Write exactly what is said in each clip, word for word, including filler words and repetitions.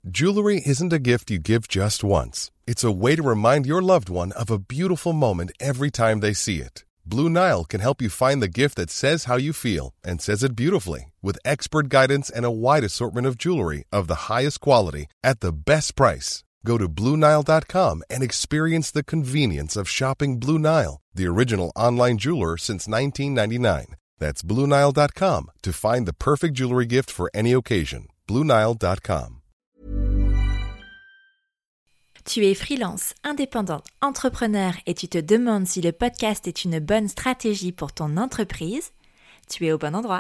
Jewelry isn't a gift you give just once. It's a way to remind your loved one of a beautiful moment every time they see it. Blue Nile can help you find the gift that says how you feel and says it beautifully, with expert guidance and a wide assortment of jewelry of the highest quality at the best price. Go to Blue Nile dot com and experience the convenience of shopping Blue Nile, the original online jeweler since nineteen ninety-nine. That's Blue Nile dot com to find the perfect jewelry gift for any occasion. Blue Nile dot com. Tu es freelance, indépendant, entrepreneur et tu te demandes si le podcast est une bonne stratégie pour ton entreprise? Tu es au bon endroit.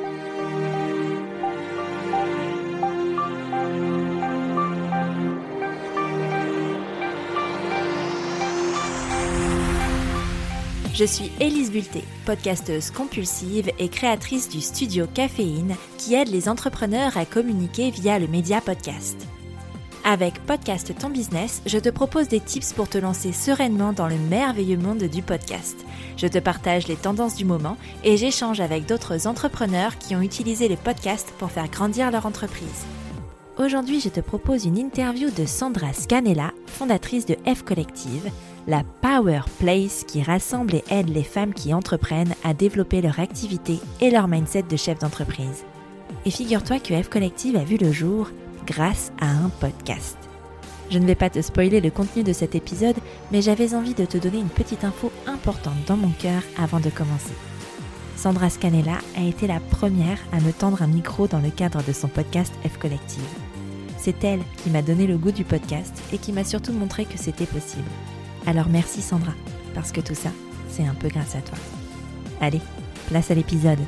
Je suis Élise Bulté, podcasteuse compulsive et créatrice du studio Caféine qui aide les entrepreneurs à communiquer via le média podcast. Avec Podcast Ton Business, je te propose des tips pour te lancer sereinement dans le merveilleux monde du podcast. Je te partage les tendances du moment et j'échange avec d'autres entrepreneurs qui ont utilisé les podcasts pour faire grandir leur entreprise. Aujourd'hui, je te propose une interview de Sandra Scanella, fondatrice de F Collective, la Power Place qui rassemble et aide les femmes qui entreprennent à développer leur activité et leur mindset de chef d'entreprise. Et figure-toi que F Collective a vu le jour grâce à un podcast. Je ne vais pas te spoiler le contenu de cet épisode, mais j'avais envie de te donner une petite info importante dans mon cœur avant de commencer. Sandra Scanella a été la première à me tendre un micro dans le cadre de son podcast F Collective. C'est elle qui m'a donné le goût du podcast et qui m'a surtout montré que c'était possible. Alors merci Sandra, parce que tout ça, c'est un peu grâce à toi. Allez, place à l'épisode.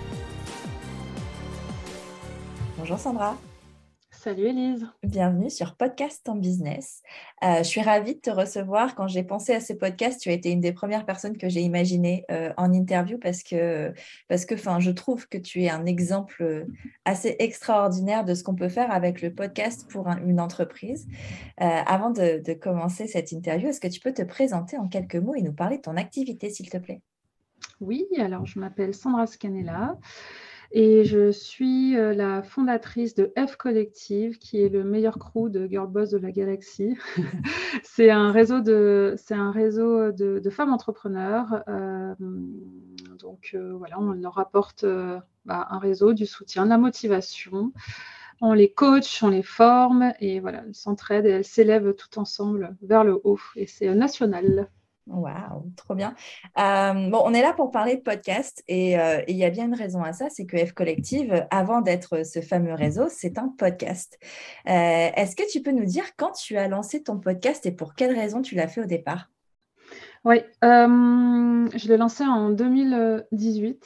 Bonjour Sandra. Salut Élise. Bienvenue sur Podcast Ton Business. Euh, je suis ravie de te recevoir. Quand j'ai pensé à ce podcast, tu as été une des premières personnes que j'ai imaginées euh, en interview parce que, parce que je trouve que tu es un exemple assez extraordinaire de ce qu'on peut faire avec le podcast pour un, une entreprise. Euh, avant de, de commencer cette interview, est-ce que tu peux te présenter en quelques mots et nous parler de ton activité, s'il te plaît? Oui, alors je m'appelle Sandra Scanella. Et je suis la fondatrice de F Collective, qui est le meilleur crew de girl boss de la galaxie. c'est un réseau de, c'est un réseau de, de femmes entrepreneurs. Euh, donc euh, voilà, on leur apporte euh, bah, un réseau, du soutien, de la motivation. On les coach, on les forme et voilà, elles s'entraident et elles s'élèvent toutes ensemble vers le haut. Et c'est national. Waouh, trop bien. Euh, bon, on est là pour parler de podcast et euh, il y a bien une raison à ça, c'est que F Collective, avant d'être ce fameux réseau, c'est un podcast. Euh, est-ce que tu peux nous dire quand tu as lancé ton podcast et pour quelles raisons tu l'as fait au départ? Oui, euh, je l'ai lancé en deux mille dix-huit.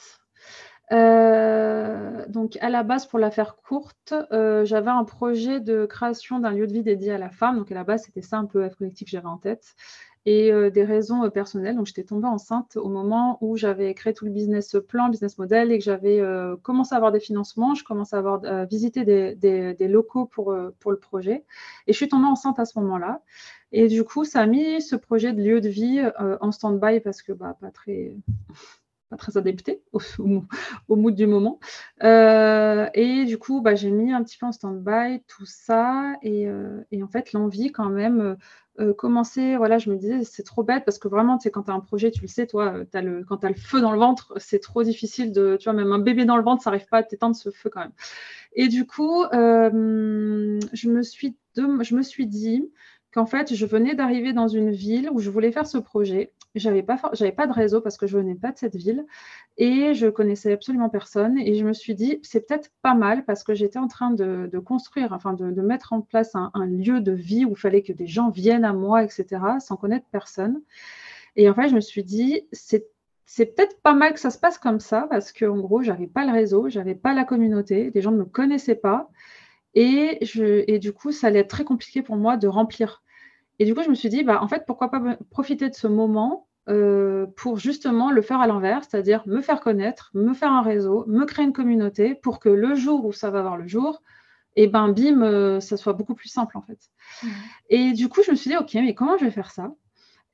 Euh, donc à la base, pour la faire courte, euh, j'avais un projet de création d'un lieu de vie dédié à la femme. Donc à la base, c'était ça un peu F Collective que j'avais en tête. Et euh, des raisons euh, personnelles. Donc, j'étais tombée enceinte au moment où j'avais créé tout le business plan, business model et que j'avais euh, commencé à avoir des financements. Je commençais à avoir euh, visité des, des, des locaux pour, euh, pour le projet. Et je suis tombée enceinte à ce moment-là. Et du coup, ça a mis ce projet de lieu de vie euh, en stand-by parce que bah, pas très... pas très adapté au, au, au mood du moment. Euh, et du coup, bah, j'ai mis un petit peu en stand-by tout ça. Et, euh, et en fait, l'envie quand même... Euh, commencer, voilà, je me disais, c'est trop bête parce que vraiment, tu sais, quand tu as un projet, tu le sais, toi, t'as le, quand tu as le feu dans le ventre, c'est trop difficile de, tu vois, même un bébé dans le ventre, ça n'arrive pas à t'éteindre ce feu quand même. Et du coup, euh, je, me suis de, je me suis dit qu'en fait, je venais d'arriver dans une ville où je voulais faire ce projet. Je n'avais pas, j'avais pas de réseau parce que je ne venais pas de cette ville et je connaissais absolument personne. Et je me suis dit, c'est peut-être pas mal parce que j'étais en train de, de construire, enfin de, de mettre en place un, un lieu de vie où il fallait que des gens viennent à moi, et cetera, sans connaître personne. Et en fait, je me suis dit, c'est c'est peut-être pas mal que ça se passe comme ça parce qu'en gros, je n'avais pas le réseau, je n'avais pas la communauté, les gens ne me connaissaient pas. Et, je, et du coup, ça allait être très compliqué pour moi de remplir. Et du coup, je me suis dit, bah, en fait, pourquoi pas profiter de ce moment euh, pour justement le faire à l'envers, c'est-à-dire me faire connaître, me faire un réseau, me créer une communauté pour que le jour où ça va voir le jour, et ben bim, euh, ça soit beaucoup plus simple en fait. Mmh. Et du coup, je me suis dit, ok, mais comment je vais faire ça ?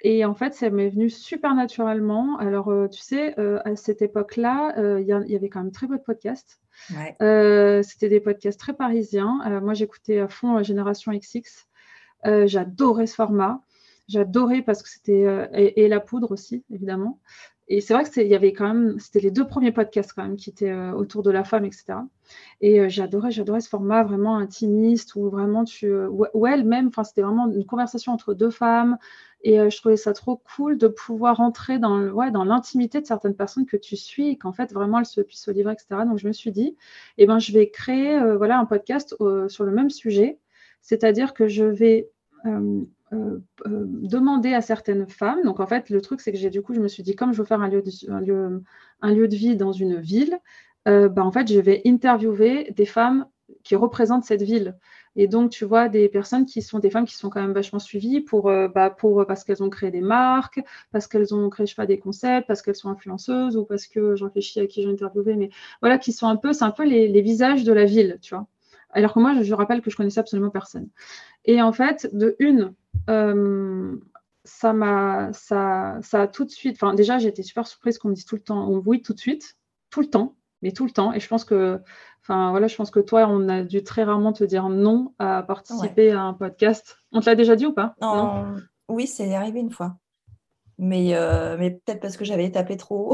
Et en fait, ça m'est venu super naturellement. Alors, euh, tu sais, euh, à cette époque-là, euh, il y, a- il y avait quand même très peu de podcasts. Ouais. Euh, c'était des podcasts très parisiens. Euh, moi, j'écoutais à fond euh, Génération X X. Euh, j'adorais ce format. J'adorais parce que c'était euh, et, et la poudre aussi, évidemment. Et c'est vrai que c'est, il y avait quand même, c'était les deux premiers podcasts quand même qui étaient euh, autour de la femme, et cetera. Et euh, j'adorais, j'adorais ce format vraiment intimiste où vraiment tu, euh, où, où elle-même, enfin c'était vraiment une conversation entre deux femmes. Et euh, je trouvais ça trop cool de pouvoir entrer dans, le- ouais, dans l'intimité de certaines personnes que tu suis et qu'en fait vraiment elles se, puissent se livrer, et cetera. Donc je me suis dit, eh ben je vais créer euh, voilà un podcast euh, sur le même sujet, c'est-à-dire que je vais euh, euh, euh, demander à certaines femmes. Donc en fait, le truc, c'est que j'ai du coup, je me suis dit, comme je veux faire un lieu de, un lieu, un lieu de vie dans une ville, euh, bah, en fait, je vais interviewer des femmes qui représentent cette ville. Et donc, tu vois, des personnes qui sont des femmes qui sont quand même vachement suivies pour, euh, bah, pour, parce qu'elles ont créé des marques, parce qu'elles ont créé, je sais pas, des concepts, parce qu'elles sont influenceuses ou parce que je réfléchis à qui j'ai interviewé, mais voilà, qui sont un peu, c'est un peu les, les visages de la ville, tu vois. Alors que moi, je, je rappelle que je connaissais absolument personne. Et en fait, de une, euh, ça m'a, ça, ça a tout de suite. Enfin, déjà, j'ai été super surprise qu'on me dise tout le temps, oui, tout de suite, tout le temps, mais tout le temps. Et je pense que, enfin, voilà, je pense que toi, on a dû très rarement te dire non à Ouais. participer à un podcast. On te l'a déjà dit ou pas? Non? En- Oui, c'est arrivé une fois. Mais, euh, mais peut-être parce que j'avais tapé trop haut.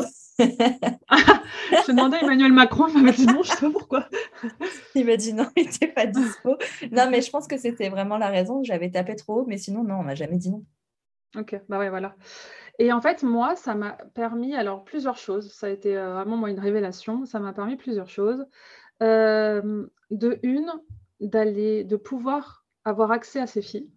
Je demandais à Emmanuel Macron, il m'avait dit non, je sais pas pourquoi. Il m'a dit non, il n'était pas dispo. Non, mais je pense que c'était vraiment la raison. J'avais tapé trop haut, mais sinon, non, on m'a jamais dit non. Ok, bah ouais, voilà. Et en fait, moi, ça m'a permis, alors plusieurs choses. Ça a été euh, vraiment moi une révélation. Ça m'a permis plusieurs choses. Euh, de une, d'aller, de pouvoir avoir accès à ces filles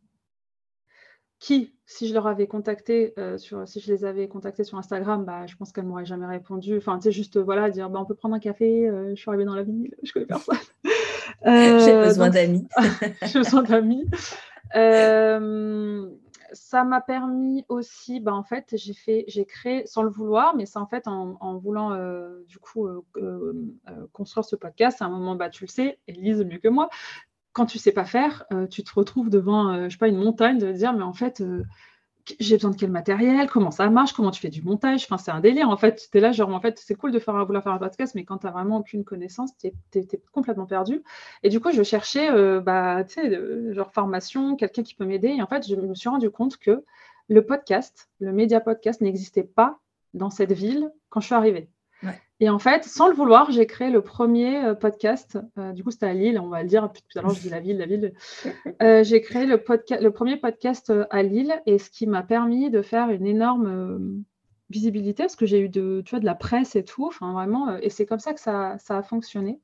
qui, si je leur avais contacté, euh, sur, si je les avais contactées sur Instagram, bah, je pense qu'elles m'auraient jamais répondu. Enfin, tu sais, juste euh, voilà, dire bah, on peut prendre un café, euh, je suis arrivée dans la ville, je connais personne. J'ai Euh, besoin donc, d'amis. j'ai besoin d'amis. Euh, ça m'a permis aussi, bah, en fait, j'ai fait, j'ai créé sans le vouloir, mais c'est en fait en, en voulant euh, du coup euh, euh, euh, construire ce podcast. À un moment, bah, tu le sais, Élise mieux que moi, quand tu sais pas faire, euh, tu te retrouves devant, euh, je sais pas, une montagne de dire, mais en fait, euh, j'ai besoin de quel matériel, comment ça marche, comment tu fais du montage, enfin, c'est un délire, en fait. Tu es là, genre, en fait, c'est cool de faire, vouloir faire un podcast, mais quand tu n'as vraiment aucune connaissance, tu es complètement perdu. Et du coup, je cherchais, euh, bah, tu sais, euh, genre, formation, quelqu'un qui peut m'aider. Et en fait, je me suis rendu compte que le podcast, le média podcast n'existait pas dans cette ville quand je suis arrivée. Ouais. Et en fait, sans le vouloir, j'ai créé le premier euh, podcast. Euh, du coup, c'était à Lille, on va le dire. Depuis tout à l'heure, je dis la ville, la ville. Euh, j'ai créé le, podca- le premier podcast euh, à Lille, et ce qui m'a permis de faire une énorme euh, visibilité, parce que j'ai eu de, tu vois, de la presse et tout. Enfin, vraiment, euh, et c'est comme ça que ça, ça a fonctionné.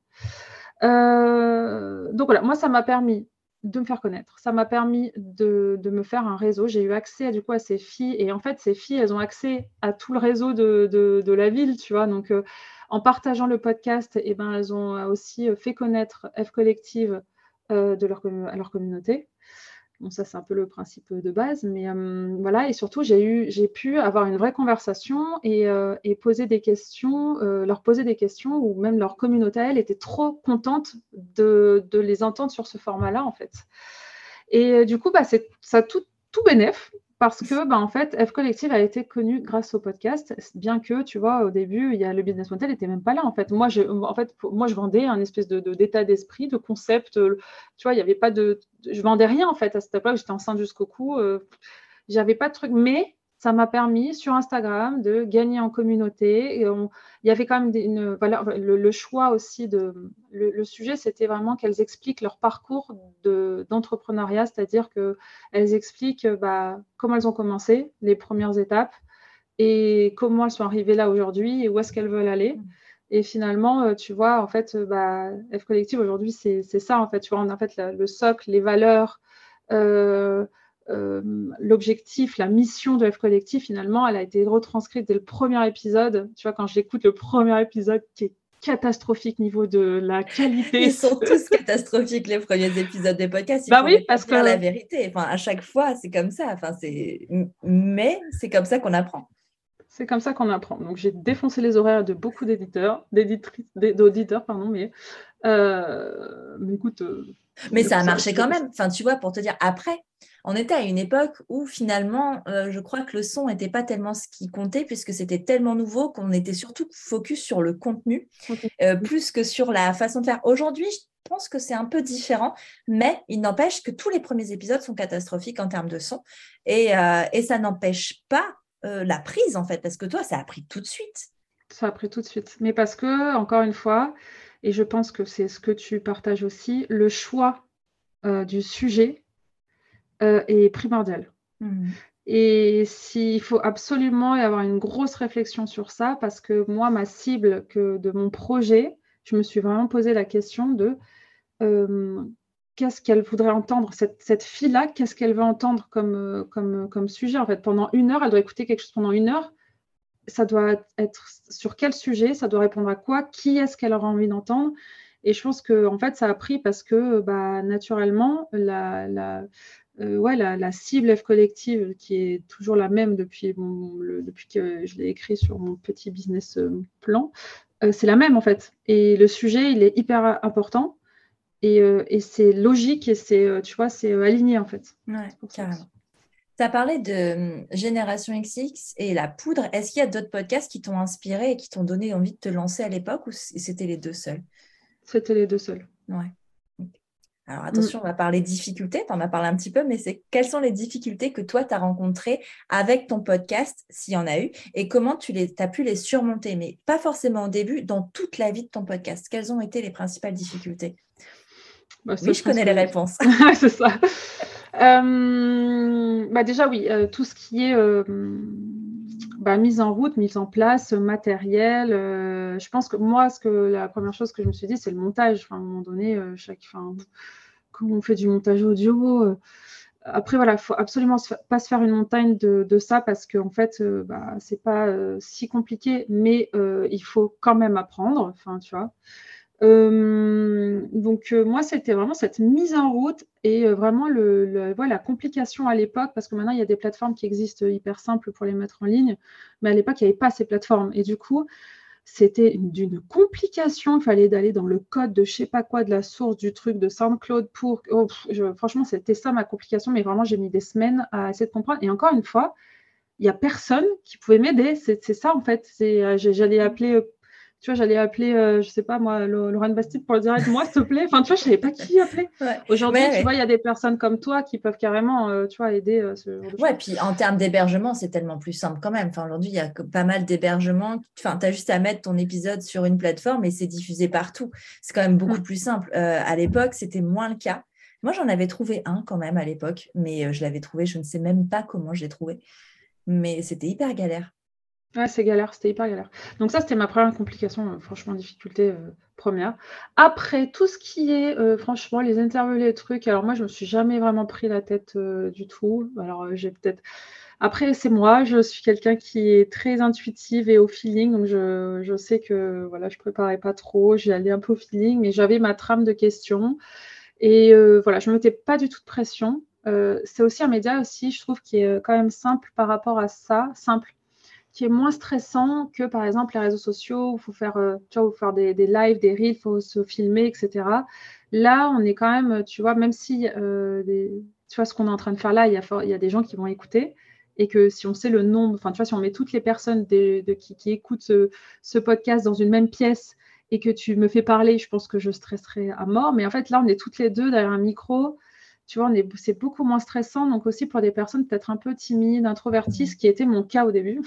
Euh, donc voilà, moi, ça m'a permis de me faire connaître. Ça m'a permis de, de me faire un réseau. J'ai eu accès du coup à ces filles. Et en fait, ces filles, elles ont accès à tout le réseau de, de, de la ville, tu vois. Donc, euh, en partageant le podcast, eh ben, elles ont aussi fait connaître F Collective euh, de leur, à leur communauté. Bon, ça, c'est un peu le principe de base, mais euh, voilà. Et surtout, j'ai eu, j'ai pu avoir une vraie conversation et, euh, et poser des questions, euh, leur poser des questions, ou même leur communauté, elle était trop contente de, de les entendre sur ce format-là, en fait. Et euh, du coup, bah, c'est, ça a tout, tout bénef, parce que, bah, en fait, F Collective a été connu grâce au podcast, bien que, tu vois, au début, il y a, le business model n'était même pas là, en fait. Moi, je, en fait, moi, je vendais un espèce de, de, d'état d'esprit, de concept. Tu vois, il n'y avait pas de... Je vendais rien, en fait, à cette époque. J'étais enceinte jusqu'au cou. Euh, j'avais pas de truc. Mais ça m'a permis, sur Instagram, de gagner en communauté. Et on... Il y avait quand même des, une valeur... Le, le choix aussi de... Le, le sujet, c'était vraiment qu'elles expliquent leur parcours de, d'entrepreneuriat, c'est-à-dire qu'elles expliquent bah, comment elles ont commencé, les premières étapes, et comment elles sont arrivées là aujourd'hui et où est-ce qu'elles veulent aller. Et finalement, tu vois, en fait, bah, F Collective aujourd'hui, c'est, c'est ça, en fait. Tu vois, on a en fait la, le socle, les valeurs, euh, euh, l'objectif, la mission de F Collective, finalement, elle a été retranscrite dès le premier épisode. Tu vois, quand j'écoute le premier épisode qui est catastrophique niveau de la qualité. Ils sont tous catastrophiques, les premiers épisodes des podcasts. Il bah faut oui, parce dire que... la vérité. Enfin, à chaque fois, c'est comme ça. Enfin, c'est... Mais c'est comme ça qu'on apprend. C'est comme ça qu'on apprend. Donc, j'ai défoncé les horaires de beaucoup d'éditeurs, d'éditrices, d'auditeurs, pardon, mais, euh, mais écoute... Euh, mais ça a ça, marché quand même. Enfin, tu vois, pour te dire, après, on était à une époque où finalement, euh, je crois que le son n'était pas tellement ce qui comptait puisque c'était tellement nouveau qu'on était surtout focus sur le contenu Okay. euh, plus que sur la façon de faire. Aujourd'hui, je pense que c'est un peu différent, mais il n'empêche que tous les premiers épisodes sont catastrophiques en termes de son et, euh, et ça n'empêche pas euh, la prise en fait, parce que toi, ça a pris tout de suite. Ça a pris tout de suite. Mais parce que, encore une fois, et je pense que c'est ce que tu partages aussi, le choix euh, du sujet euh, est primordial. Mmh. Et s'il faut absolument y avoir une grosse réflexion sur ça, parce que moi, ma cible que de mon projet, je me suis vraiment posé la question de euh, qu'est-ce qu'elle voudrait entendre, cette, cette fille-là, qu'est-ce qu'elle veut entendre comme, euh, comme, comme sujet. En fait, pendant une heure, elle doit écouter quelque chose pendant une heure. Ça doit être sur quel sujet, ça doit répondre à quoi, qui est-ce qu'elle aura envie d'entendre. Et je pense que en fait, ça a pris parce que bah, naturellement, la, la, euh, ouais, la, la cible F collective, qui est toujours la même depuis, mon, le, depuis que je l'ai écrit sur mon petit business plan, euh, c'est la même en fait. Et le sujet, il est hyper important. Et, euh, et c'est logique et c'est, tu vois, c'est aligné en fait. Ouais, C'est pour ça carrément. Tu as parlé de Génération X X et la poudre. Est-ce qu'il y a d'autres podcasts qui t'ont inspiré et qui t'ont donné envie de te lancer à l'époque ou c'était les deux seuls? C'était les deux seuls. Ouais. Alors attention, mm. on va parler difficultés. Tu en as parlé un petit peu, mais c'est quelles sont les difficultés que toi, tu as rencontrées avec ton podcast, s'il y en a eu, et comment tu les, as pu les surmonter, mais pas forcément au début, dans toute la vie de ton podcast. Quelles ont été les principales difficultés? Bah, oui, je, je connais les que... réponses. C'est ça. euh, bah déjà, oui, euh, tout ce qui est euh, bah, mise en route, mise en place, matériel. Euh, je pense que moi, ce que, la première chose que je me suis dit, c'est le montage. Enfin, à un moment donné, euh, chaque, enfin, quand on fait du montage audio, euh, après, voilà, il ne faut absolument pas se faire une montagne de, de ça parce qu'en en fait, euh, bah, ce n'est pas euh, si compliqué, mais euh, il faut quand même apprendre. Enfin, tu vois. Euh, donc euh, moi c'était vraiment cette mise en route et euh, vraiment le, le, ouais, la complication à l'époque, parce que maintenant il y a des plateformes qui existent hyper simples pour les mettre en ligne, mais à l'époque il n'y avait pas ces plateformes et du coup c'était d'une complication. Il fallait d'aller dans le code de je sais pas quoi, de la source du truc de SoundCloud pour oh, je, franchement c'était ça ma complication, mais vraiment j'ai mis des semaines à essayer de comprendre. Et encore une fois, il n'y a personne qui pouvait m'aider. C'est, c'est ça en fait. C'est, euh, j'allais appeler tu vois, j'allais appeler, euh, je sais pas moi, Lorraine Bastide pour le dire aide-moi, s'il te plaît. Enfin, tu vois, je savais pas qui appeler. Ouais. Aujourd'hui, ouais, tu ouais. vois, il y a des personnes comme toi qui peuvent carrément, euh, tu vois, aider euh, ce genre de ouais, choses. Puis en termes d'hébergement, c'est tellement plus simple quand même. Enfin, aujourd'hui, il y a pas mal d'hébergements. Enfin, tu as juste à mettre ton épisode sur une plateforme et c'est diffusé partout. C'est quand même beaucoup mmh. plus simple. Euh, à l'époque, c'était moins le cas. Moi, j'en avais trouvé un quand même à l'époque, mais euh, je l'avais trouvé, je ne sais même pas comment je l'ai trouvé. Mais c'était hyper galère. Ouais, c'est galère, c'était hyper galère. Donc ça, c'était ma première complication, euh, franchement, difficulté euh, première. Après, tout ce qui est, euh, franchement, les interviews, les trucs, alors moi, je me suis jamais vraiment pris la tête euh, du tout. Alors, euh, j'ai peut-être... Après, c'est moi, je suis quelqu'un qui est très intuitive et au feeling, donc je, je sais que, voilà, je préparais pas trop, j'y allais un peu au feeling, mais j'avais ma trame de questions. Et euh, voilà, je ne mettais pas du tout de pression. Euh, c'est aussi un média aussi, je trouve, qui est quand même simple par rapport à ça, simple, qui est moins stressant que, par exemple, les réseaux sociaux où il faut faire, euh, tu vois, faut faire des, des lives, des reels, il faut se filmer, et cetera. Là, on est quand même, tu vois, même si, euh, des, tu vois, ce qu'on est en train de faire là, il y a, il y a des gens qui vont écouter et que si on sait le nombre, enfin, tu vois, si on met toutes les personnes de, de, qui, qui écoutent ce, ce podcast dans une même pièce et que tu me fais parler, je pense que je stresserai à mort. Mais en fait, là, on est toutes les deux derrière un micro. Tu vois, on est, c'est beaucoup moins stressant. Donc aussi pour des personnes peut-être un peu timides, introverties, ce qui était mon cas au début.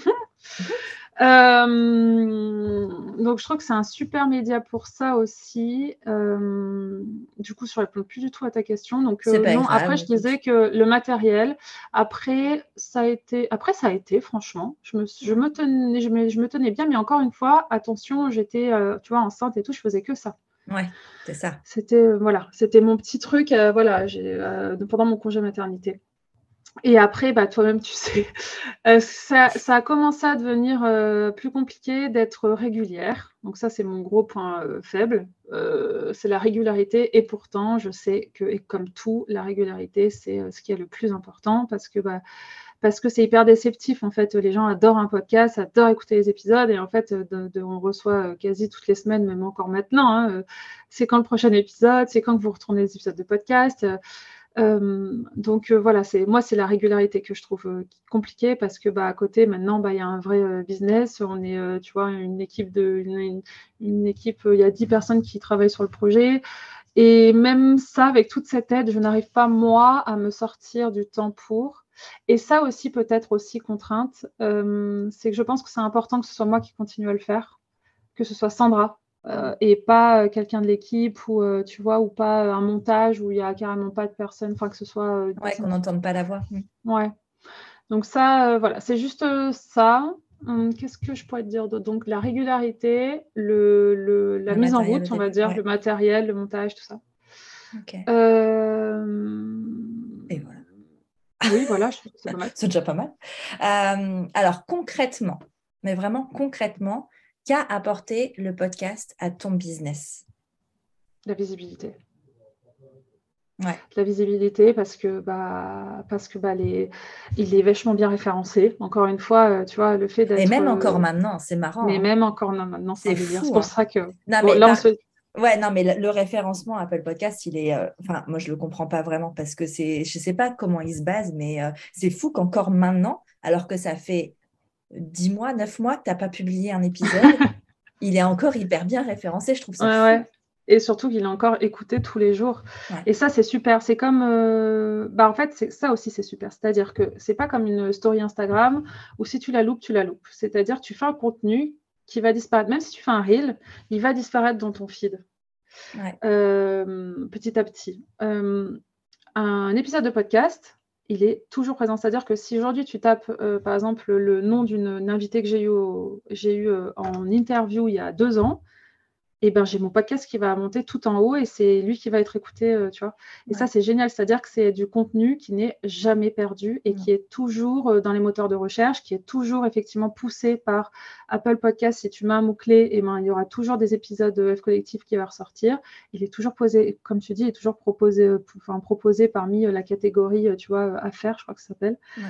euh, donc je trouve que c'est un super média pour ça aussi. Euh, du coup, je ne réponds plus du tout à ta question. Donc euh, non, grave. Après, je disais que le matériel, après, ça a été, après, ça a été franchement, je me, je me, tenais, je me, je me tenais bien. Mais encore une fois, attention, j'étais euh, tu vois, enceinte et tout, je faisais que ça. Ouais, c'est ça. C'était, euh, voilà, c'était mon petit truc euh, voilà, j'ai, euh, pendant mon congé maternité. Et après, bah, toi-même, tu sais, euh, ça, ça a commencé à devenir euh, plus compliqué d'être régulière. Donc ça, c'est mon gros point euh, faible. Euh, c'est la régularité. Et pourtant, je sais que, et comme tout, la régularité, c'est euh, ce qui est le plus important parce que, bah, parce que c'est hyper déceptif. En fait, les gens adorent un podcast, adorent écouter les épisodes. Et en fait, de, de, on reçoit quasi toutes les semaines, même encore maintenant, hein, c'est quand le prochain épisode, c'est quand que vous retournez les épisodes de podcast. Euh, donc euh, voilà, c'est moi c'est la régularité que je trouve euh, compliquée parce que bah à côté maintenant bah il y a un vrai euh, business, on est euh, tu vois une équipe de une, une, une équipe il y a dix personnes qui travaillent sur le projet et même ça avec toute cette aide, je n'arrive pas moi à me sortir du temps pour. Et ça aussi peut-être aussi contrainte, euh, c'est que je pense que c'est important que ce soit moi qui continue à le faire, que ce soit Sandra euh, et pas euh, quelqu'un de l'équipe ou euh, tu vois ou pas euh, un montage où il y a carrément pas de personne, enfin que ce soit euh, une Ouais, personne qu'on qui... n'entende pas la voix. Mm. Ouais. Donc ça, euh, voilà, c'est juste euh, ça. Hum, qu'est-ce que je pourrais te dire d'autre? Donc la régularité, le, le- la Le mise en matériel au route, on va début. dire, le Ouais. matériel, le montage, tout ça. Ok. Euh, Et voilà. Oui, voilà, je trouve que c'est pas mal. C'est déjà pas mal. Euh, alors, concrètement, mais vraiment concrètement, qu'a apporté le podcast à ton business? La visibilité. Ouais. La visibilité parce que bah parce que bah les il est vachement bien référencé. Encore une fois, euh, tu vois, le fait Et d'être même encore euh, maintenant, c'est marrant. mais Hein. même encore non, maintenant, c'est un C'est délire. C'est fou. pour Hein. ça que Non, bon, mais là on par... se ouais, non, mais le, le référencement Apple Podcast, il est. euh, Enfin, moi, je le comprends pas vraiment parce que c'est. Je sais pas comment il se base, mais euh, c'est fou qu'encore maintenant, alors que ça fait dix mois, neuf mois que tu n'as pas publié un épisode, il est encore hyper bien référencé. Je trouve ça ouais, fou. ouais. Et surtout qu'il est encore écouté tous les jours. Ouais. Et ça, c'est super. C'est comme, euh, bah en fait, c'est ça aussi, c'est super. C'est-à-dire que c'est pas comme une story Instagram où si tu la loupes, tu la loupes. C'est-à-dire que tu fais un contenu qui va disparaître. Même si tu fais un reel, il va disparaître dans ton feed Ouais. euh, petit à petit. Euh, un épisode de podcast, il est toujours présent. C'est-à-dire que si aujourd'hui tu tapes, euh, par exemple, le nom d'une invitée que j'ai eu, au, j'ai eu euh, en interview il y a deux ans, et ben j'ai mon podcast qui va monter tout en haut et c'est lui qui va être écouté, euh, tu vois. Et Ouais. ça, c'est génial. C'est-à-dire que c'est du contenu qui n'est jamais perdu et Ouais. qui est toujours euh, dans les moteurs de recherche, qui est toujours effectivement poussé par Apple Podcast. Si tu mets un mot-clé, et ben, il y aura toujours des épisodes de F Collectif qui vont ressortir. Il est toujours posé, comme tu dis, il est toujours proposé, euh, enfin, proposé parmi euh, la catégorie, euh, tu vois, affaires, je crois que ça s'appelle. Ouais.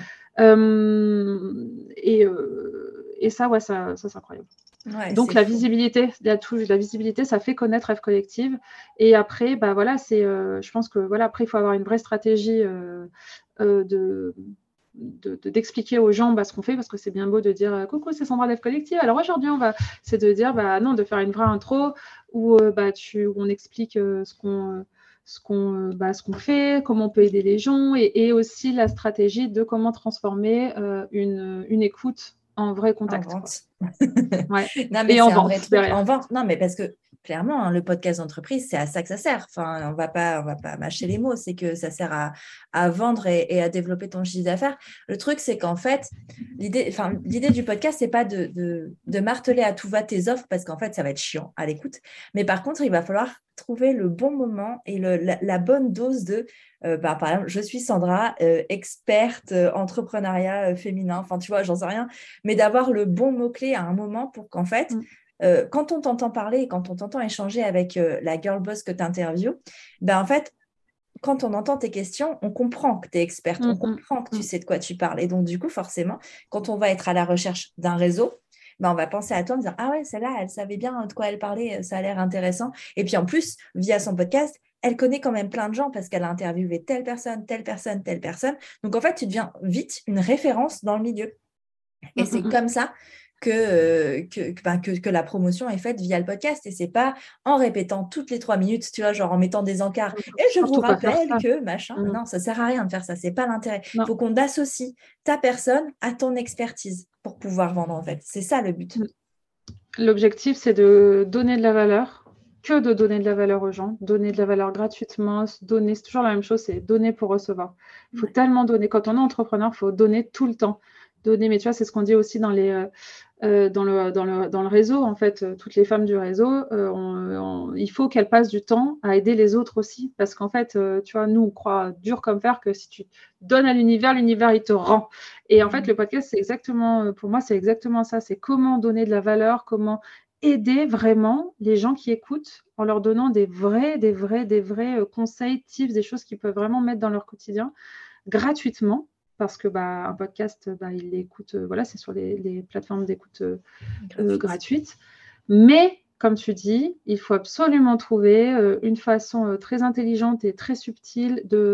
Euh, et, euh, et ça, ouais, ça, ça c'est incroyable. Ouais, Donc c'est la fou. visibilité, la, la visibilité, ça fait connaître F Collective. Et après, bah voilà, c'est, euh, je pense que voilà, après il faut avoir une vraie stratégie euh, euh, de, de, de, d'expliquer aux gens bah, ce qu'on fait, parce que c'est bien beau de dire coucou, c'est Sandra d'F Collective. Alors aujourd'hui, on va, c'est de dire bah non, de faire une vraie intro où euh, bah tu, où on explique euh, ce qu'on ce qu'on bah, ce qu'on fait, comment on peut aider les gens, et, et aussi la stratégie de comment transformer euh, une, une écoute en vrai contact. En vente. Ouais. Non, mais Et c'est en un vente vrai truc. derrière. En vente, non, mais parce que clairement, hein, le podcast d'entreprise, c'est à ça que ça sert. Enfin, on va pas, on va pas mâcher les mots. C'est que ça sert à, à vendre et, et à développer ton chiffre d'affaires. Le truc, c'est qu'en fait, l'idée, enfin, l'idée du podcast, c'est pas de, de, de marteler à tout va tes offres parce qu'en fait, ça va être chiant à l'écoute. Mais par contre, il va falloir trouver le bon moment et le, la, la bonne dose de, euh, bah, par exemple, je suis Sandra, euh, experte euh, entrepreneuriat euh, féminin. Enfin, tu vois, j'en sais rien. Mais d'avoir le bon mot-clé à un moment pour qu'en fait, Mm. euh, quand on t'entend parler et quand on t'entend échanger avec euh, la girl boss que tu interviews, ben en fait, quand on entend tes questions, on comprend que tu es experte, on Mm, mm, comprend que tu mm. sais de quoi tu parles. Et donc, du coup, forcément, quand on va être à la recherche d'un réseau, ben, on va penser à toi en disant « Ah ouais, celle-là, elle savait bien de quoi elle parlait, ça a l'air intéressant. » Et puis en plus, via son podcast, elle connaît quand même plein de gens parce qu'elle a interviewé telle personne, telle personne, telle personne. Donc, en fait, tu deviens vite une référence dans le milieu. Et Mm, c'est mm, comme ça que, euh, que, que, ben, que, que la promotion est faite via le podcast. Et c'est pas en répétant toutes les trois minutes, tu vois, genre en mettant des encarts. mm. Et je vous Surtout pas faire rappelle ça. que machin. Mm. Non, ça sert à rien de faire ça. C'est pas l'intérêt. Il Non. faut qu'on associe ta personne à ton expertise pour pouvoir vendre, en fait. C'est ça le but. Mm. L'objectif, c'est de donner de la valeur, que de donner de la valeur aux gens, donner de la valeur gratuitement, donner, c'est toujours la même chose, c'est donner pour recevoir. Il faut Ouais. tellement donner. Quand on est entrepreneur, il faut donner tout le temps. Donner, mais tu vois, c'est ce qu'on dit aussi dans les, euh, euh, dans le, dans le, dans le réseau. En fait, euh, toutes les femmes du réseau, euh, on, on, il faut qu'elles passent du temps à aider les autres aussi, parce qu'en fait, euh, tu vois, nous, on croit dur comme fer que si tu donnes à l'univers, l'univers il te rend. Et en fait, le podcast, c'est exactement, pour moi, c'est exactement ça. C'est comment donner de la valeur, comment aider vraiment les gens qui écoutent en leur donnant des vrais, des vrais, des vrais euh, conseils, tips, des choses qu'ils peuvent vraiment mettre dans leur quotidien gratuitement. Parce que bah, un podcast, bah, il l'écoute, euh, voilà, c'est sur les, les plateformes d'écoute euh, euh, gratuites. Mais, comme tu dis, il faut absolument trouver euh, une façon euh, très intelligente et très subtile de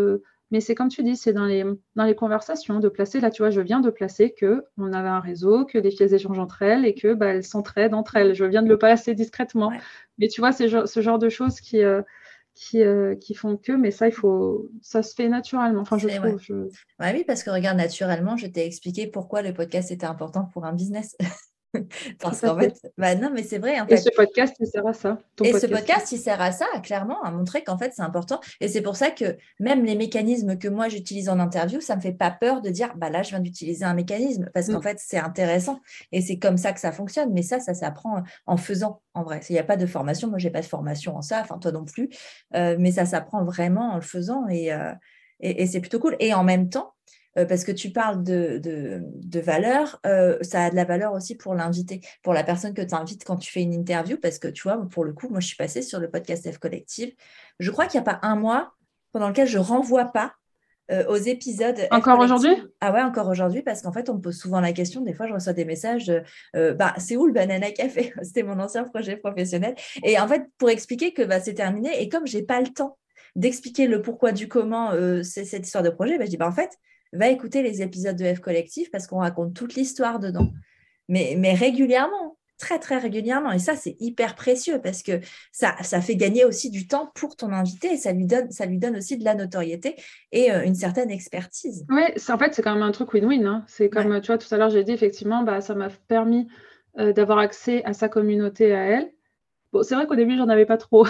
Mais c'est comme tu dis, c'est dans les, dans les conversations, de placer, là, tu vois, je viens de placer qu'on avait un réseau, que les filles échangent entre elles et que bah, elles s'entraident entre elles. Je viens de le placer discrètement. Ouais. Mais tu vois, c'est ce, ce genre de choses qui, euh, qui, euh, qui font que, mais ça, il faut, ça se fait naturellement. Enfin, je C'est, trouve. ouais. Je... Ouais, oui, parce que regarde, naturellement, je t'ai expliqué pourquoi le podcast était important pour un business. Tout Parce à qu'en fait, fait. bah non, mais c'est vrai, en Et fait. ce podcast, il sert à ça, ton Et ce podcast. podcast, il sert à ça, clairement, à montrer qu'en fait, c'est important. Et c'est pour ça que même les mécanismes que moi, j'utilise en interview, ça ne me fait pas peur de dire, bah là, je viens d'utiliser un mécanisme parce qu'en Mm. fait, c'est intéressant. Et c'est comme ça que ça fonctionne. Mais ça, ça s'apprend en faisant, en vrai. Il n'y a pas de formation. Moi, je n'ai pas de formation en ça, enfin, toi non plus. Euh, mais ça s'apprend vraiment en le faisant et, euh, et, et c'est plutôt cool. Et en même temps, euh, parce que tu parles de, de, de valeur, euh, ça a de la valeur aussi pour l'invité, pour la personne que tu invites quand tu fais une interview, parce que tu vois, pour le coup, moi, je suis passée sur le podcast F Collective. Je crois qu'il n'y a pas un mois pendant lequel je ne renvoie pas euh, aux épisodes F Encore aujourd'hui? Collective. Ah ouais, encore aujourd'hui, parce qu'en fait, on me pose souvent la question. Des fois, je reçois des messages, euh, bah, c'est où le Banana Café? C'était mon ancien projet professionnel. Et en fait, pour expliquer que bah, c'est terminé, et comme je n'ai pas le temps d'expliquer le pourquoi du comment euh, c'est cette histoire de projet, bah, je dis, bah, en fait, va écouter les épisodes de F Collectif parce qu'on raconte toute l'histoire dedans. Mais, mais régulièrement, très, très régulièrement. Et ça, c'est hyper précieux parce que ça, ça fait gagner aussi du temps pour ton invité et ça lui donne, ça lui donne aussi de la notoriété et euh, une certaine expertise. Oui, en fait, c'est quand même un truc win-win. Hein. C'est comme, ouais. Tu vois, tout à l'heure, j'ai dit, effectivement, bah, ça m'a permis euh, d'avoir accès à sa communauté, à elle. Bon, c'est vrai qu'au début, j'en avais pas trop.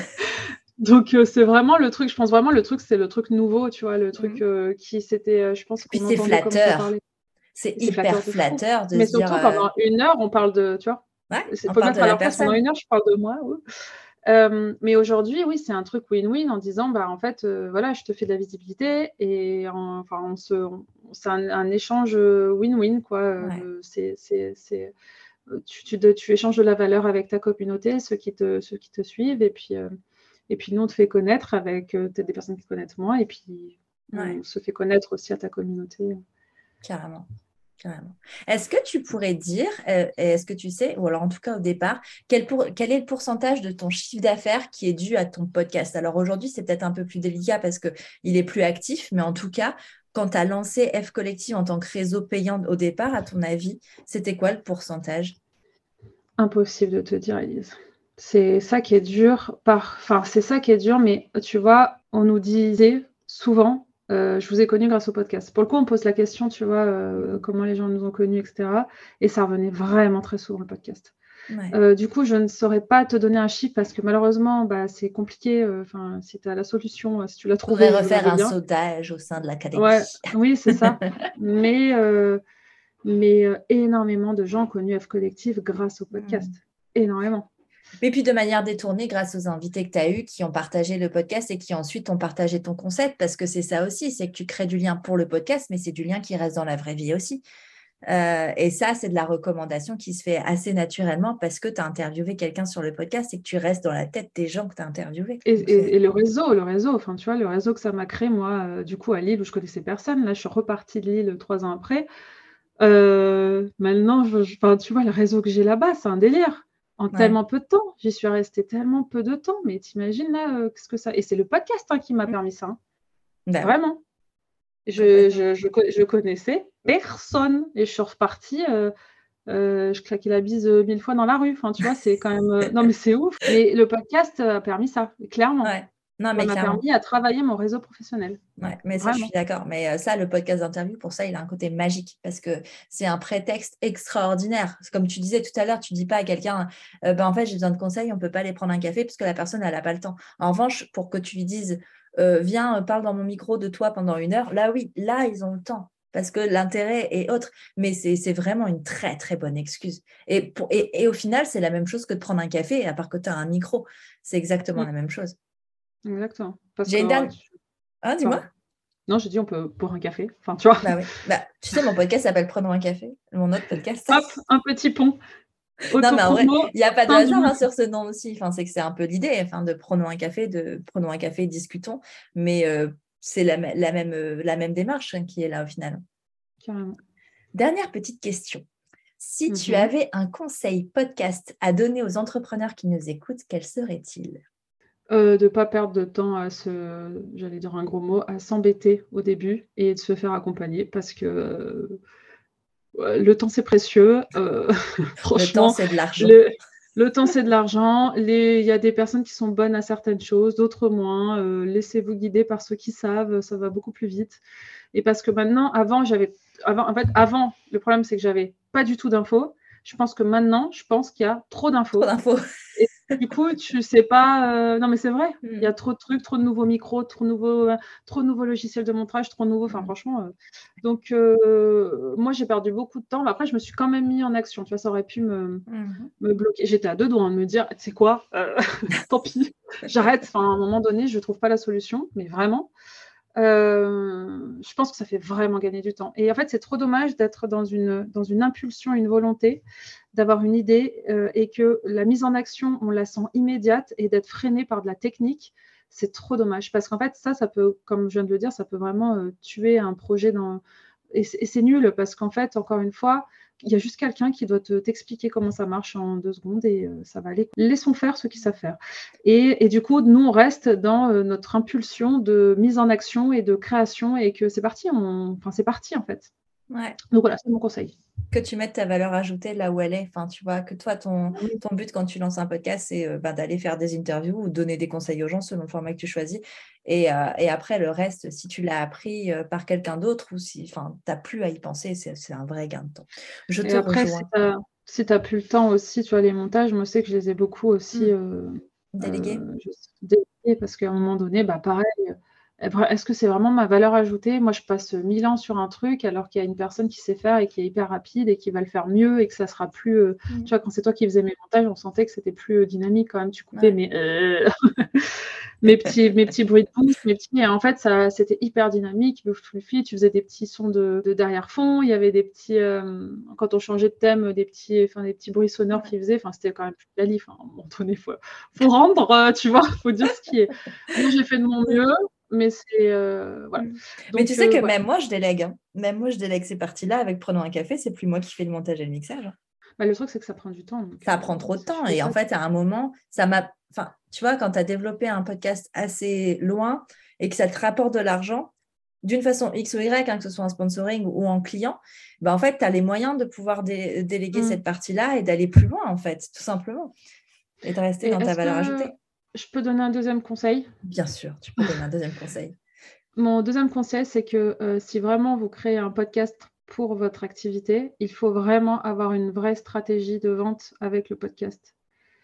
Donc, euh, c'est vraiment le truc, je pense vraiment le truc, c'est le truc nouveau, tu vois, le truc euh, qui c'était, euh, je pense qu'on Puis c'est entendait commencer à parler. C'est c'est hyper flatteur de, flatteur de Mais se dire... surtout, pendant euh... une heure, on parle de, tu vois, ouais, il on faut parle mettre de à la leur place, personne. pendant une heure, je parle de moi. Oui. Euh, mais aujourd'hui, oui, c'est un truc win-win en disant, bah, en fait, euh, voilà, je te fais de la visibilité et en, enfin, on se, on, c'est un, un échange win-win, quoi. Ouais. Euh, c'est, c'est, c'est, tu, tu, tu échanges de la valeur avec ta communauté, ceux qui te, ceux qui te suivent, et puis, euh, et puis nous, on te fait connaître avec euh, peut-être des personnes qui te connaissent moins, et puis ouais. on se fait connaître aussi à ta communauté. Carrément. Carrément. Est-ce que tu pourrais dire, euh, est-ce que tu sais, ou alors en tout cas au départ, quel, pour, quel est le pourcentage de ton chiffre d'affaires qui est dû à ton podcast? Alors aujourd'hui, c'est peut-être un peu plus délicat parce qu'il est plus actif, mais en tout cas, quand tu as lancé F Collective en tant que réseau payant au départ, à ton avis, c'était quoi le pourcentage? Impossible de te dire, Elise. C'est ça qui est dur. Par... Enfin, c'est ça qui est dur, mais tu vois, on nous disait souvent, euh, je vous ai connu grâce au podcast. Pour le coup, on pose la question, tu vois, euh, comment les gens nous ont connus, et cetera. Et ça revenait vraiment très souvent, le podcast. Ouais. Euh, du coup, je ne saurais pas te donner un chiffre parce que malheureusement, bah, c'est compliqué. Enfin, euh, si tu as la solution, si tu l'as trouvée, je refaire un bien. sondage au sein de l'académie. Ouais, oui, c'est ça. mais euh, mais euh, énormément de gens ont connu F Collective grâce au podcast. Mmh. Énormément. Mais puis de manière détournée grâce aux invités que tu as eus qui ont partagé le podcast et qui ensuite ont partagé ton concept, parce que c'est ça aussi, c'est que tu crées du lien pour le podcast, mais c'est du lien qui reste dans la vraie vie aussi. Euh, et ça, c'est de la recommandation qui se fait assez naturellement parce que tu as interviewé quelqu'un sur le podcast et que tu restes dans la tête des gens que tu as interviewés. Et, et, et le réseau, le réseau, enfin tu vois, le réseau que ça m'a créé, moi, euh, du coup, à Lille, où je connaissais personne, là, je suis repartie de Lille trois ans après. Euh, maintenant, je, je, enfin, tu vois, le réseau que j'ai là-bas, c'est un délire. En ouais. tellement peu de temps. J'y suis restée tellement peu de temps. Mais t'imagines là, euh, qu'est-ce que ça... Et c'est le podcast hein, qui m'a permis ça. Hein. Ben, Vraiment. Je, je, je, je connaissais personne. Et je suis repartie. Euh, euh, je claquais la bise mille fois dans la rue. Enfin, tu vois, c'est quand même... Euh... Non, mais c'est ouf. Mais le podcast a permis ça, clairement. Ouais. Non, ça mais m'a clairement. permis à travailler mon réseau professionnel. Ouais, mais ça, Vraiment. Je suis d'accord. Mais euh, ça, le podcast d'interview, pour ça, il a un côté magique parce que c'est un prétexte extraordinaire. Comme tu disais tout à l'heure, tu ne dis pas à quelqu'un, euh, ben, en fait, j'ai besoin de conseils, on ne peut pas aller prendre un café parce que la personne, elle n'a pas le temps. En revanche, pour que tu lui dises, euh, viens, parle dans mon micro de toi pendant une heure, là, oui, là, ils ont le temps. Parce que l'intérêt est autre. Mais c'est, c'est vraiment une très, très bonne excuse. Et, pour, et, et au final, c'est la même chose que de prendre un café, à part que tu as un micro. C'est exactement mmh. la même chose. Exactement. Parce J'ai que, une dernière... Ah, dis-moi. Enfin, non, je dis on peut boire un café. Enfin, tu vois. Bah oui. Bah, tu sais, mon podcast s'appelle Prenons un café. Mon autre podcast. Hop, un petit pont. Non, mais en vrai, il n'y a pas de hasard hein, sur ce nom aussi. Enfin, c'est que c'est un peu l'idée enfin, de Prenons un café, de Prenons un café, discutons. Mais euh, c'est la, la, même, euh, la même démarche hein, qui est là au final. Carrément. Dernière petite question. Si mm-hmm. tu avais un conseil podcast à donner aux entrepreneurs qui nous écoutent, quel serait-il ? Euh, de ne pas perdre de temps à se, j'allais dire un gros mot, à s'embêter au début et de se faire accompagner parce que euh, ouais, le temps c'est précieux. Euh, Le temps, franchement, c'est de l'argent. le, le temps c'est de l'argent. Les- Il y a des personnes qui sont bonnes à certaines choses, d'autres moins. Euh, laissez-vous guider par ceux qui savent, ça va beaucoup plus vite. Et parce que maintenant, avant, j'avais, avant, en fait, avant, le problème c'est que j'avais pas du tout d'infos. Je pense que maintenant, je pense qu'il y a trop Trop d'infos. d'infos. Et du coup, tu sais pas. euh, Non, mais c'est vrai. Mm. Il y a trop de trucs, trop de nouveaux micros, trop de nouveaux, euh, trop de nouveaux logiciels de montage, trop de nouveaux. Enfin, Mm. franchement. euh, Donc, euh, moi, j'ai perdu beaucoup de temps. Mais après, je me suis quand même mis en action. Tu vois, ça aurait pu me, Mm. me bloquer. J'étais à deux doigts de me dire, tu sais quoi, euh, tant pis, j'arrête. Enfin, à un moment donné, je trouve pas la solution. Mais vraiment. Euh, je pense que ça fait vraiment gagner du temps. Et en fait, c'est trop dommage d'être dans une, dans une impulsion, une volonté, d'avoir une idée euh, et que la mise en action, on la sent immédiate et d'être freiné par de la technique. C'est trop dommage parce qu'en fait, ça, ça peut, comme je viens de le dire, ça peut vraiment euh, tuer un projet dans. Et c'est, et c'est nul parce qu'en fait, encore une fois, il y a juste quelqu'un qui doit te, t'expliquer comment ça marche en deux secondes et euh, ça va aller. Laissons faire ceux qui savent faire. Et, et du coup, nous, on reste dans euh, notre impulsion de mise en action et de création et que c'est parti. On... Enfin, c'est parti en fait. Ouais. Donc voilà, c'est mon conseil. Que tu mettes ta valeur ajoutée là où elle est. Enfin, tu vois, que toi, ton, Oui. ton but quand tu lances un podcast, c'est euh, bah, d'aller faire des interviews ou donner des conseils aux gens selon le format que tu choisis. Et, euh, et après, le reste, si tu l'as appris euh, par quelqu'un d'autre ou si tu n'as plus à y penser, c'est, c'est un vrai gain de temps. Je Et te après, rejoins. si tu n'as plus le temps aussi, tu vois, les montages, moi, je sais que je les ai beaucoup aussi Mm. euh, Délégué. euh, je- délégués parce qu'à un moment donné, bah, pareil, euh, est-ce que c'est vraiment ma valeur ajoutée? Moi, je passe mille ans sur un truc alors qu'il y a une personne qui sait faire et qui est hyper rapide et qui va le faire mieux et que ça sera plus. euh, Mm. Tu vois, quand c'est toi qui faisais mes montages, on sentait que c'était plus euh, dynamique quand même. Tu coupais, Ouais. mais euh, mes petits, mes petits bruits de bouche, mes petits. Et en fait, ça, c'était hyper dynamique, fluffy. Tu faisais des petits sons de, de derrière-fond. Il y avait des petits, euh, quand on changeait de thème, des petits, enfin, des petits bruits sonores Ouais. qu'ils faisaient. Enfin, c'était quand même plus quali. Enfin, à un moment donné, faut, faut rendre, euh, tu vois, faut dire ce qui est. Moi, j'ai fait de mon mieux, mais c'est euh, voilà. Mm. Donc, Mais tu sais euh, que voilà. même moi, je délègue. Hein. Même moi, je délègue ces parties-là avec Prenons un café. C'est plus moi qui fais le montage et le mixage. Hein. Bah, le truc, c'est que ça prend du temps. Donc, Ça euh, prend trop de si temps. tu fais Et en ça, fait, à un moment, ça m'a. Enfin, tu vois, quand tu as développé un podcast assez loin et que ça te rapporte de l'argent, d'une façon X ou Y, hein, que ce soit en sponsoring ou en client, bah, en fait, tu as les moyens de pouvoir dé- déléguer Mm. cette partie-là et d'aller plus loin, en fait, tout simplement. Et de rester Et dans ta est-ce valeur que ajoutée. je peux donner un deuxième conseil? Bien sûr, tu peux donner un deuxième conseil. Mon deuxième conseil, c'est que euh, si vraiment vous créez un podcast pour votre activité, il faut vraiment avoir une vraie stratégie de vente avec le podcast.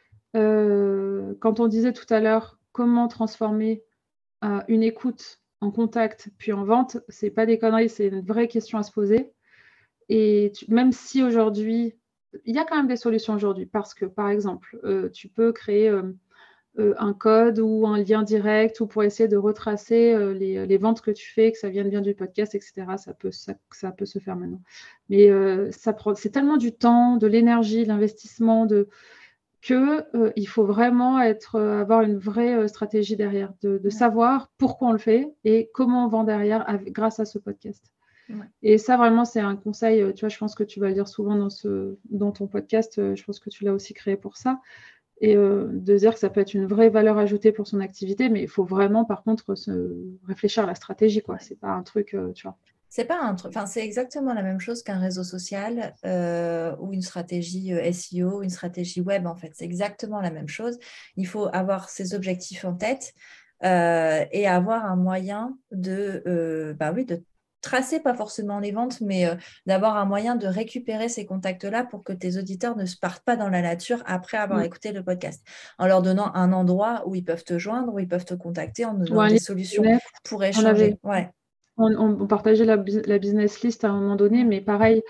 Euh, quand on disait tout à l'heure comment transformer euh, une écoute en contact puis en vente, c'est pas des conneries, c'est une vraie question à se poser. Et tu- même si aujourd'hui, il y a quand même des solutions aujourd'hui, parce que par exemple, euh, tu peux créer euh, euh, un code ou un lien direct ou pour essayer de retracer euh, les, les ventes que tu fais, que ça vienne bien du podcast, et cetera. Ça peut, ça, ça peut se faire maintenant. Mais euh, ça prend, c'est tellement du temps, de l'énergie, de l'investissement, de, que euh, il faut vraiment être, euh, avoir une vraie euh, stratégie derrière, de, de Ouais. savoir pourquoi on le fait et comment on vend derrière avec, grâce à ce podcast. Ouais. Et ça, vraiment, c'est un conseil, euh, tu vois, je pense que tu vas le dire souvent dans, ce, dans ton podcast, euh, je pense que tu l'as aussi créé pour ça. Et euh, de dire que ça peut être une vraie valeur ajoutée pour son activité, mais il faut vraiment, par contre, se réfléchir à la stratégie, quoi. Ouais. C'est pas un truc, euh, tu vois. C'est pas un truc, enfin, c'est exactement la même chose qu'un réseau social euh, ou une stratégie euh, S E O, une stratégie web, en fait. C'est exactement la même chose. Il faut avoir ses objectifs en tête euh, et avoir un moyen de, euh, bah oui, de tracer, pas forcément les ventes, mais euh, d'avoir un moyen de récupérer ces contacts-là pour que tes auditeurs ne se partent pas dans la nature après avoir Mm. écouté le podcast, en leur donnant un endroit où ils peuvent te joindre, où ils peuvent te contacter, en donnant Ou un des lien solutions internet. pour On échanger. avait, Ouais. on, on- on partageait la, bus- la business list à un moment donné, Mm. mais pareil,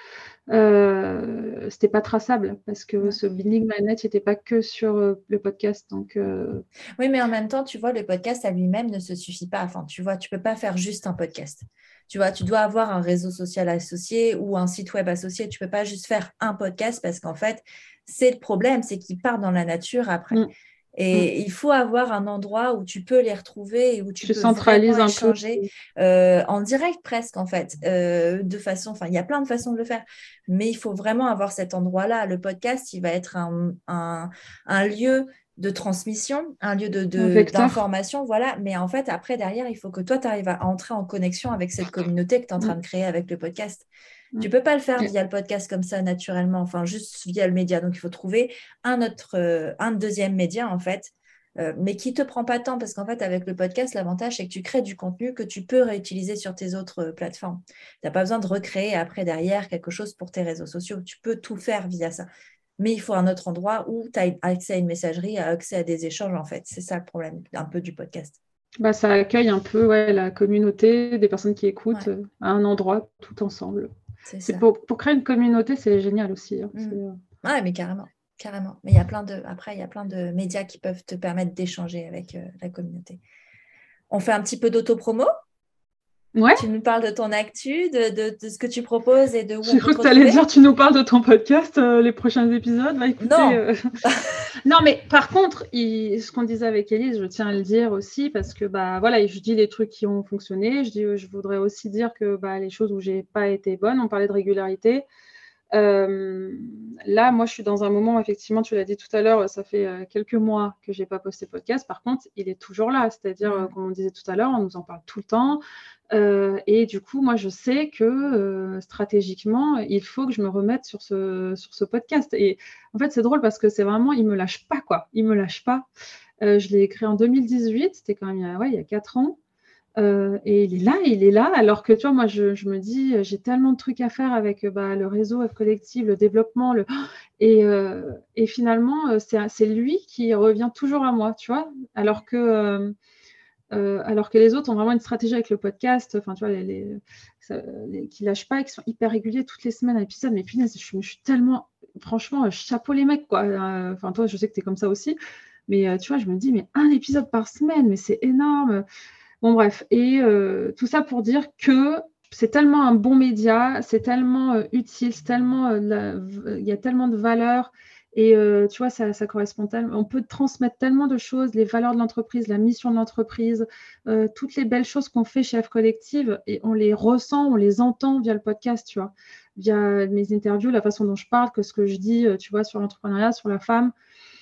euh, c'était pas traçable parce que Ouais. ce Building Magnet n'était pas que sur euh, le podcast. Donc, euh, Oui, mais en même temps, tu vois, le podcast à lui-même ne se suffit pas. Enfin, tu vois, tu peux pas faire juste un podcast. Tu vois, tu dois avoir un réseau social associé ou un site web associé. Tu peux pas juste faire un podcast parce qu'en fait, c'est le problème, c'est qu'ils partent dans la nature après. mm, mm. Et il faut avoir un endroit où tu peux les retrouver et où tu Tu peux vraiment centralises un peu. échanger euh, en direct presque, en fait, euh, de façon, enfin, il y a plein de façons de le faire, mais il faut vraiment avoir cet endroit-là. Le podcast, il va être un, un, un lieu de transmission, un lieu de, de, d'information, voilà. Mais en fait, après, derrière, il faut que toi, tu arrives à entrer en connexion avec cette communauté que tu es en train de créer avec le podcast. Mm. Tu ne peux pas le faire via le podcast comme ça, naturellement, enfin, juste via le média. Donc, il faut trouver un autre, euh, un deuxième média, en fait, euh, mais qui ne te prend pas de temps, parce qu'en fait, avec le podcast, l'avantage, c'est que tu crées du contenu que tu peux réutiliser sur tes autres euh, plateformes. Tu n'as pas besoin de recréer après, derrière, quelque chose pour tes réseaux sociaux. Tu peux tout faire via ça. Mais il faut un autre endroit où tu as accès à une messagerie, accès à des échanges, en fait. C'est ça le problème, un peu du podcast. Bah, ça accueille un peu ouais, la communauté, des personnes qui écoutent ouais. à un endroit, tout ensemble. C'est, c'est pour, pour créer une communauté, c'est génial aussi. Hein. Mmh. C'est, euh... Ouais, mais carrément, carrément. Mais il y a plein de, après, il y a plein de médias qui peuvent te permettre d'échanger avec euh, la communauté. On fait un petit peu d'autopromo. Ouais. Tu nous parles de ton actu, de, de, de ce que tu proposes et de où J'ai on cru peut que tu allais dire tu nous parles de ton podcast, euh, les prochains épisodes. Bah, écoutez, non. Euh... non, mais par contre, il... ce qu'on disait avec Élise, je tiens à le dire aussi parce que bah voilà, je dis les trucs qui ont fonctionné. Je dis, je voudrais aussi dire que bah, les choses où j'ai pas été bonne. On parlait de régularité. Euh, là, moi, je suis dans un moment, effectivement, tu l'as dit tout à l'heure, ça fait euh, quelques mois que j'ai pas posté podcast. Par contre, il est toujours là. C'est-à-dire, mmh. euh, comme on disait tout à l'heure, on nous en parle tout le temps. Euh, et du coup, moi, je sais que euh, stratégiquement, il faut que je me remette sur ce, sur ce podcast. Et en fait, c'est drôle parce que c'est vraiment, il me lâche pas, quoi. Il me lâche pas. Euh, je l'ai écrit en deux mille dix-huit, c'était quand même il y a, ouais, il y a quatre ans. Euh, et il est là, il est là, alors que tu vois, moi je, je me dis, j'ai tellement de trucs à faire avec bah, le réseau F Collective, le développement, le... Et, euh, et finalement, c'est, c'est lui qui revient toujours à moi, tu vois, alors que, euh, euh, alors que les autres ont vraiment une stratégie avec le podcast, enfin tu vois, les, les, ça, les, qui lâchent pas, qui sont hyper réguliers toutes les semaines à l'épisode, mais punaise, je, je suis tellement, franchement, chapeau les mecs, quoi. Enfin, toi, je sais que tu es comme ça aussi, mais tu vois, je me dis, mais un épisode par semaine, mais c'est énorme. Bon, bref, et euh, tout ça pour dire que c'est tellement un bon média, c'est tellement euh, utile, c'est tellement, euh, la, il y a tellement de valeurs, et euh, tu vois, ça, ça correspond tellement, on peut transmettre tellement de choses, les valeurs de l'entreprise, la mission de l'entreprise, euh, toutes les belles choses qu'on fait chez F Collective, et on les ressent, on les entend via le podcast, tu vois, via mes interviews, la façon dont je parle, que ce que je dis, tu vois, sur l'entrepreneuriat, sur la femme.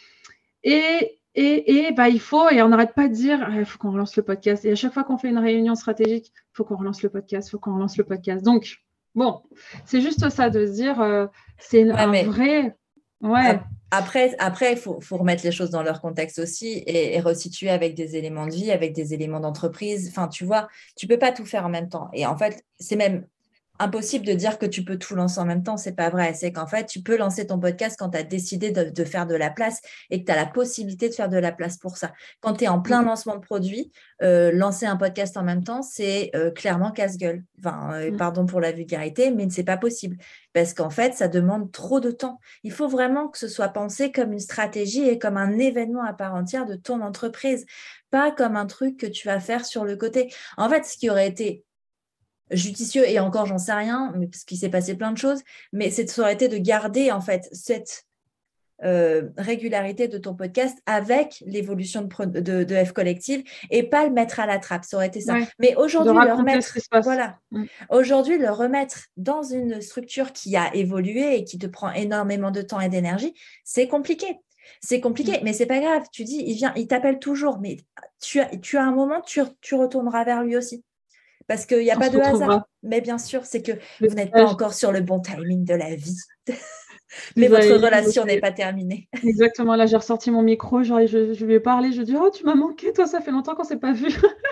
Et Et, et bah, il faut, et on n'arrête pas de dire, il faut qu'on relance le podcast. Et à chaque fois qu'on fait une réunion stratégique, il faut qu'on relance le podcast, il faut qu'on relance le podcast. Donc, bon, c'est juste ça de se dire, euh, c'est ouais, un vrai... Ouais. Après, après, il faut, faut remettre les choses dans leur contexte aussi et, et resituer avec des éléments de vie, avec des éléments d'entreprise. Enfin, tu vois, tu ne peux pas tout faire en même temps. Et en fait, c'est même... impossible de dire que tu peux tout lancer en même temps, c'est pas vrai. C'est qu'en fait, tu peux lancer ton podcast quand tu as décidé de, de faire de la place et que tu as la possibilité de faire de la place pour ça. Quand tu es en plein lancement de produit, euh, lancer un podcast en même temps, c'est euh, clairement casse-gueule. Enfin, euh, pardon pour la vulgarité, mais c'est pas possible parce qu'en fait, ça demande trop de temps. Il faut vraiment que ce soit pensé comme une stratégie et comme un événement à part entière de ton entreprise, pas comme un truc que tu vas faire sur le côté. En fait, ce qui aurait été judicieux, et encore j'en sais rien, mais parce qu'il s'est passé plein de choses, mais c'est, ça aurait été de garder en fait cette euh, régularité de ton podcast avec l'évolution de, de, de F Collective et pas le mettre à la trappe, ça aurait été ça. Ouais, mais aujourd'hui, le remettre, voilà, mmh. aujourd'hui, le remettre dans une structure qui a évolué et qui te prend énormément de temps et d'énergie, c'est compliqué. C'est compliqué, mmh. mais c'est pas grave. Tu dis, il vient, il t'appelle toujours, mais tu as, tu as un moment, tu, tu retourneras vers lui aussi. Parce qu'il n'y a On pas de hasard. Mais bien sûr, c'est que le vous n'êtes pas encore sur le bon timing de la vie. Mais votre ouais, relation n'est pas terminée. Exactement. Là, j'ai ressorti mon micro. Genre, je, je lui ai parlé. Je lui ai dit, oh, tu m'as manqué. Toi, ça fait longtemps qu'on ne s'est pas vu.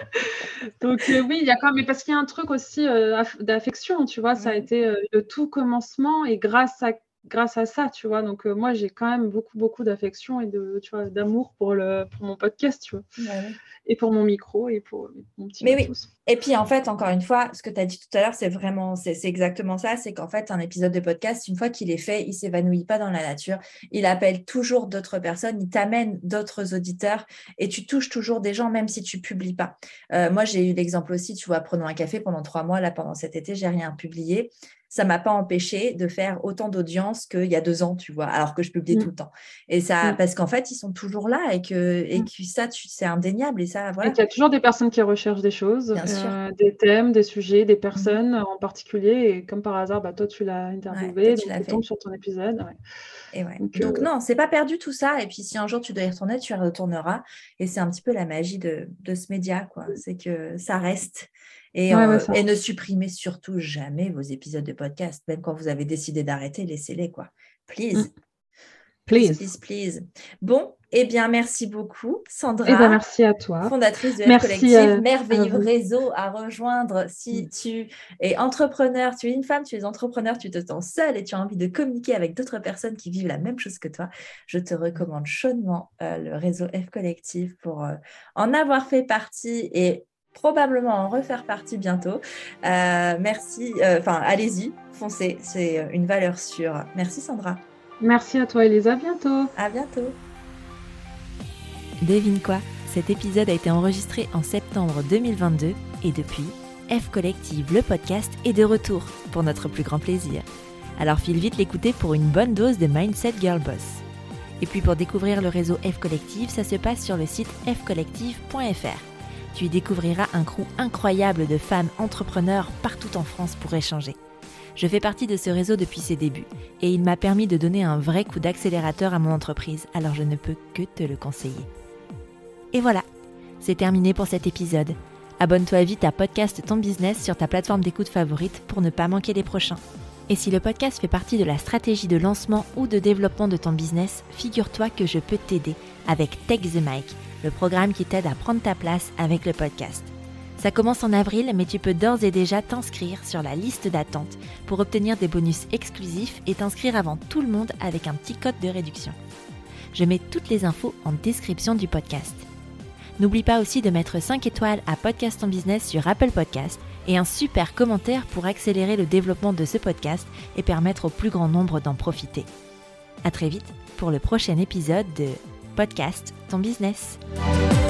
Donc, euh, oui, il y a quand même. Mais parce qu'il y a un truc aussi euh, d'affection, tu vois. Ça a été euh, le tout commencement. Et grâce à, grâce à ça, tu vois. Donc, euh, moi, j'ai quand même beaucoup, beaucoup d'affection et de, tu vois, d'amour pour, le, pour mon podcast, tu vois. Ouais. Et pour mon micro et pour mon petit Mais matos. Oui. Et puis, en fait, encore une fois, ce que tu as dit tout à l'heure, c'est vraiment, c'est, c'est exactement ça. C'est qu'en fait, un épisode de podcast, une fois qu'il est fait, il ne s'évanouit pas dans la nature. Il appelle toujours d'autres personnes, il t'amène d'autres auditeurs et tu touches toujours des gens, même si tu ne publies pas. Euh, moi, j'ai eu l'exemple aussi, tu vois, prenons un café pendant trois mois. Là, pendant cet été, je n'ai rien publié. Ça ne m'a pas empêché de faire autant d'audience qu'il y a deux ans, tu vois, alors que je publie mmh. tout le temps. Et ça, mmh. parce qu'en fait, ils sont toujours là et que, et que ça, tu, c'est indéniable et ça, ça, voilà. Et qu'il y a toujours des personnes qui recherchent des choses, euh, des thèmes, des sujets, des personnes mmh. en particulier. Et comme par hasard, bah, toi, tu l'as interviewé, ouais, donc tu tombes sur ton épisode. Ouais. Et ouais. Donc, donc euh... non, c'est pas perdu tout ça. Et puis, si un jour tu dois y retourner, tu y retourneras. Et c'est un petit peu la magie de, de ce média, quoi. C'est que ça reste. Et, ouais, euh, ouais, et ne supprimez surtout jamais vos épisodes de podcast. Même quand vous avez décidé d'arrêter, laissez-les, quoi. Please. Mmh. Please. please, please. Bon, eh bien, merci beaucoup, Sandra. Eh ben, merci à toi. Fondatrice de F merci Collective, à, merveilleux à réseau à rejoindre. Si mmh. tu es entrepreneur, tu es une femme, tu es entrepreneur, tu te sens seule et tu as envie de communiquer avec d'autres personnes qui vivent la même chose que toi, je te recommande chaudement euh, le réseau F Collective pour euh, en avoir fait partie et probablement en refaire partie bientôt. Euh, merci. Enfin, euh, allez-y, foncez. C'est une valeur sûre. Merci, Sandra. Merci à toi, Elisa. À bientôt. À bientôt. Devine quoi ? Cet épisode a été enregistré en septembre deux mille vingt-deux et depuis, F Collective, le podcast, est de retour pour notre plus grand plaisir. Alors file vite l'écouter pour une bonne dose de Mindset Girl Boss. Et puis pour découvrir le réseau F Collective, ça se passe sur le site f collective point f r. Tu y découvriras un crew incroyable de femmes entrepreneurs partout en France pour échanger. Je fais partie de ce réseau depuis ses débuts et il m'a permis de donner un vrai coup d'accélérateur à mon entreprise, alors je ne peux que te le conseiller. Et voilà, c'est terminé pour cet épisode. Abonne-toi vite à Podcast Ton Business sur ta plateforme d'écoute favorite pour ne pas manquer les prochains. Et si le podcast fait partie de la stratégie de lancement ou de développement de ton business, figure-toi que je peux t'aider avec Take the Mic, le programme qui t'aide à prendre ta place avec le podcast. Ça commence en avril, mais tu peux d'ores et déjà t'inscrire sur la liste d'attente pour obtenir des bonus exclusifs et t'inscrire avant tout le monde avec un petit code de réduction. Je mets toutes les infos en description du podcast. N'oublie pas aussi de mettre cinq étoiles à Podcast Ton Business sur Apple Podcasts et un super commentaire pour accélérer le développement de ce podcast et permettre au plus grand nombre d'en profiter. À très vite pour le prochain épisode de Podcast Ton Business.